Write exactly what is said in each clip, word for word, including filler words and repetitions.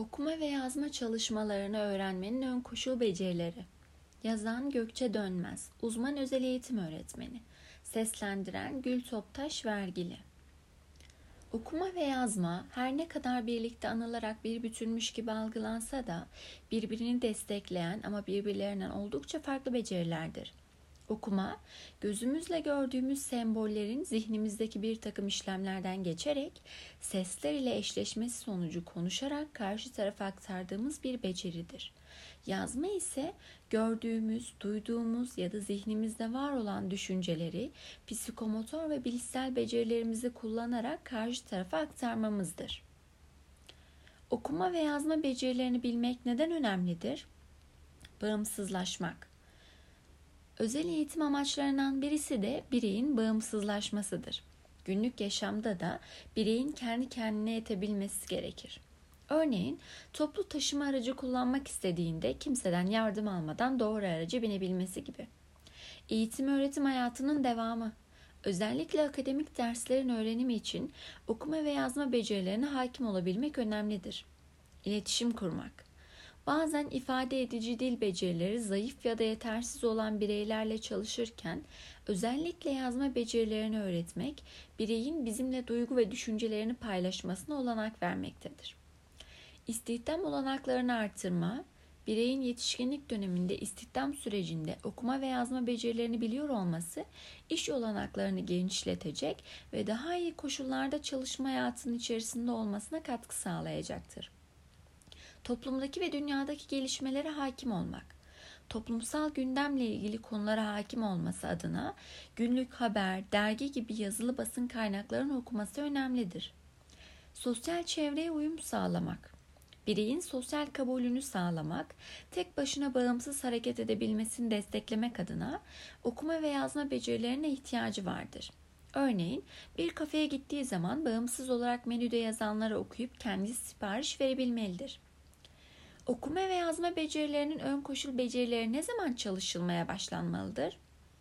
Okuma ve yazma çalışmalarını öğrenmenin ön koşul becerileri. Yazan Gökçe Dönmez, uzman özel eğitim öğretmeni. Seslendiren Gül Toptaş Vergili. Okuma ve yazma her ne kadar birlikte anılarak bir bütünmüş gibi algılansa da birbirini destekleyen ama birbirlerinden oldukça farklı becerilerdir. Okuma, gözümüzle gördüğümüz sembollerin zihnimizdeki bir takım işlemlerden geçerek sesler ile eşleşmesi sonucu konuşarak karşı tarafa aktardığımız bir beceridir. Yazma ise gördüğümüz, duyduğumuz ya da zihnimizde var olan düşünceleri psikomotor ve bilişsel becerilerimizi kullanarak karşı tarafa aktarmamızdır. Okuma ve yazma becerilerini bilmek neden önemlidir? Bağımsızlaşmak. Özel eğitim amaçlarından birisi de bireyin bağımsızlaşmasıdır. Günlük yaşamda da bireyin kendi kendine yetebilmesi gerekir. Örneğin toplu taşıma aracı kullanmak istediğinde kimseden yardım almadan doğru araca binebilmesi gibi. Eğitim öğretim hayatının devamı. Özellikle akademik derslerin öğrenimi için okuma ve yazma becerilerine hakim olabilmek önemlidir. İletişim kurmak. Bazen ifade edici dil becerileri zayıf ya da yetersiz olan bireylerle çalışırken özellikle yazma becerilerini öğretmek, bireyin bizimle duygu ve düşüncelerini paylaşmasına olanak vermektedir. İstihdam olanaklarını artırma, bireyin yetişkinlik döneminde istihdam sürecinde okuma ve yazma becerilerini biliyor olması, iş olanaklarını genişletecek ve daha iyi koşullarda çalışma hayatının içerisinde olmasına katkı sağlayacaktır. Toplumdaki ve dünyadaki gelişmelere hakim olmak, toplumsal gündemle ilgili konulara hakim olması adına günlük haber, dergi gibi yazılı basın kaynaklarını okuması önemlidir. Sosyal çevreye uyum sağlamak, bireyin sosyal kabulünü sağlamak, tek başına bağımsız hareket edebilmesini desteklemek adına okuma ve yazma becerilerine ihtiyacı vardır. Örneğin bir kafeye gittiği zaman bağımsız olarak menüde yazanları okuyup kendisi sipariş verebilmelidir. Okuma ve yazma becerilerinin ön koşul becerileri ne zaman çalışılmaya başlanmalıdır?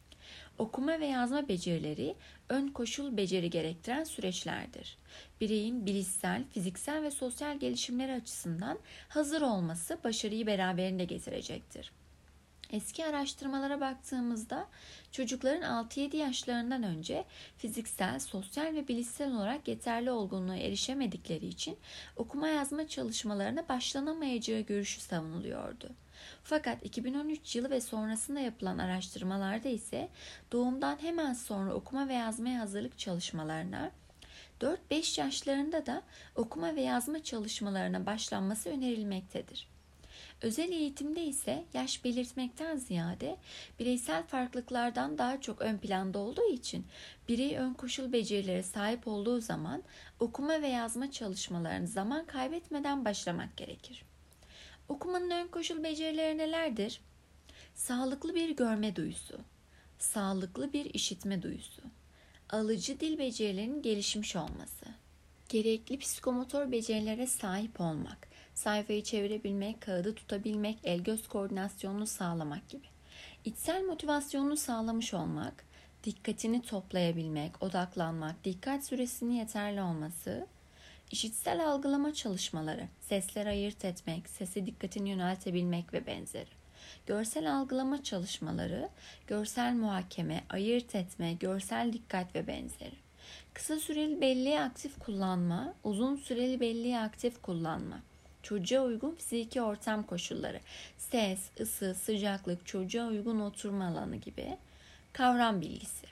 Okuma ve yazma becerileri ön koşul beceri gerektiren süreçlerdir. Bireyin bilişsel, fiziksel ve sosyal gelişimleri açısından hazır olması başarıyı beraberinde getirecektir. Eski araştırmalara baktığımızda çocukların altı yedi yaşlarından önce fiziksel, sosyal ve bilişsel olarak yeterli olgunluğa erişemedikleri için okuma yazma çalışmalarına başlanamayacağı görüşü savunuluyordu. Fakat iki bin on üç yılı ve sonrasında yapılan araştırmalarda ise doğumdan hemen sonra okuma ve yazmaya hazırlık çalışmalarına, dört beş yaşlarında da okuma ve yazma çalışmalarına başlanması önerilmektedir. Özel eğitimde ise yaş belirtmekten ziyade bireysel farklılıklardan daha çok ön planda olduğu için birey ön koşul becerilere sahip olduğu zaman okuma ve yazma çalışmalarını zaman kaybetmeden başlamak gerekir. Okumanın ön koşul becerileri nelerdir? Sağlıklı bir görme duyusu, sağlıklı bir işitme duyusu, alıcı dil becerilerinin gelişmiş olması, gerekli psikomotor becerilere sahip olmak, sayfayı çevirebilmek, kağıdı tutabilmek, el-göz koordinasyonunu sağlamak gibi. İçsel motivasyonunu sağlamış olmak, dikkatini toplayabilmek, odaklanmak, dikkat süresinin yeterli olması, işitsel algılama çalışmaları, sesleri ayırt etmek, sese dikkatini yöneltebilmek ve benzeri. Görsel algılama çalışmaları, görsel muhakeme, ayırt etme, görsel dikkat ve benzeri. Kısa süreli belleği aktif kullanma, uzun süreli belleği aktif kullanma. Çocuğa uygun fiziki ortam koşulları, ses, ısı, sıcaklık, çocuğa uygun oturma alanı gibi. Kavram bilgisi.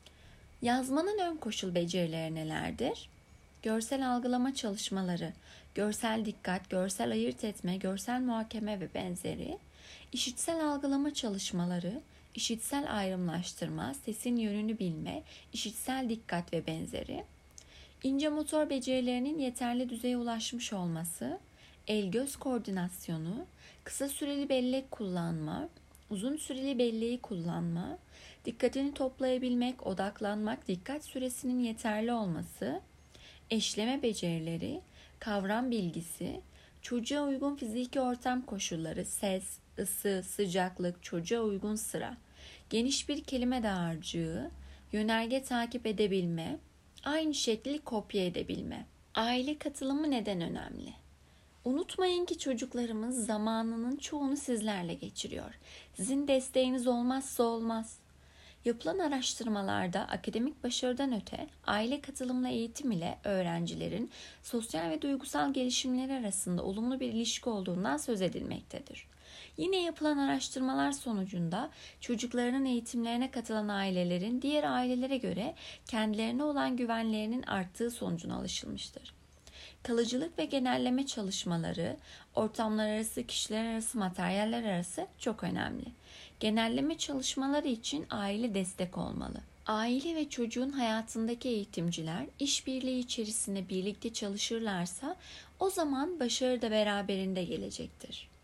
Yazmanın ön koşul becerileri nelerdir? Görsel algılama çalışmaları, görsel dikkat, görsel ayırt etme, görsel muhakeme ve benzeri. İşitsel algılama çalışmaları, işitsel ayrımlaştırma, sesin yönünü bilme, işitsel dikkat ve benzeri. İnce motor becerilerinin yeterli düzeye ulaşmış olması, el-göz koordinasyonu, kısa süreli bellek kullanma, uzun süreli belleği kullanma, dikkatini toplayabilmek, odaklanmak, dikkat süresinin yeterli olması, eşleme becerileri, kavram bilgisi, çocuğa uygun fiziki ortam koşulları, ses, ısı, sıcaklık, çocuğa uygun sıra, geniş bir kelime dağarcığı, yönerge takip edebilme, aynı şekli kopya edebilme. Aile katılımı neden önemli? Unutmayın ki çocuklarımız zamanının çoğunu sizlerle geçiriyor. Sizin desteğiniz olmazsa olmaz. Yapılan araştırmalarda akademik başarıdan öte aile katılımlı eğitim ile öğrencilerin sosyal ve duygusal gelişimleri arasında olumlu bir ilişki olduğundan söz edilmektedir. Yine yapılan araştırmalar sonucunda çocuklarının eğitimlerine katılan ailelerin diğer ailelere göre kendilerine olan güvenlerinin arttığı sonucuna ulaşılmıştır. Kalıcılık ve genelleme çalışmaları, ortamlar arası, kişiler arası, materyaller arası çok önemli. Genelleme çalışmaları için aile destek olmalı. Aile ve çocuğun hayatındaki eğitimciler işbirliği içerisinde birlikte çalışırlarsa o zaman başarı da beraberinde gelecektir.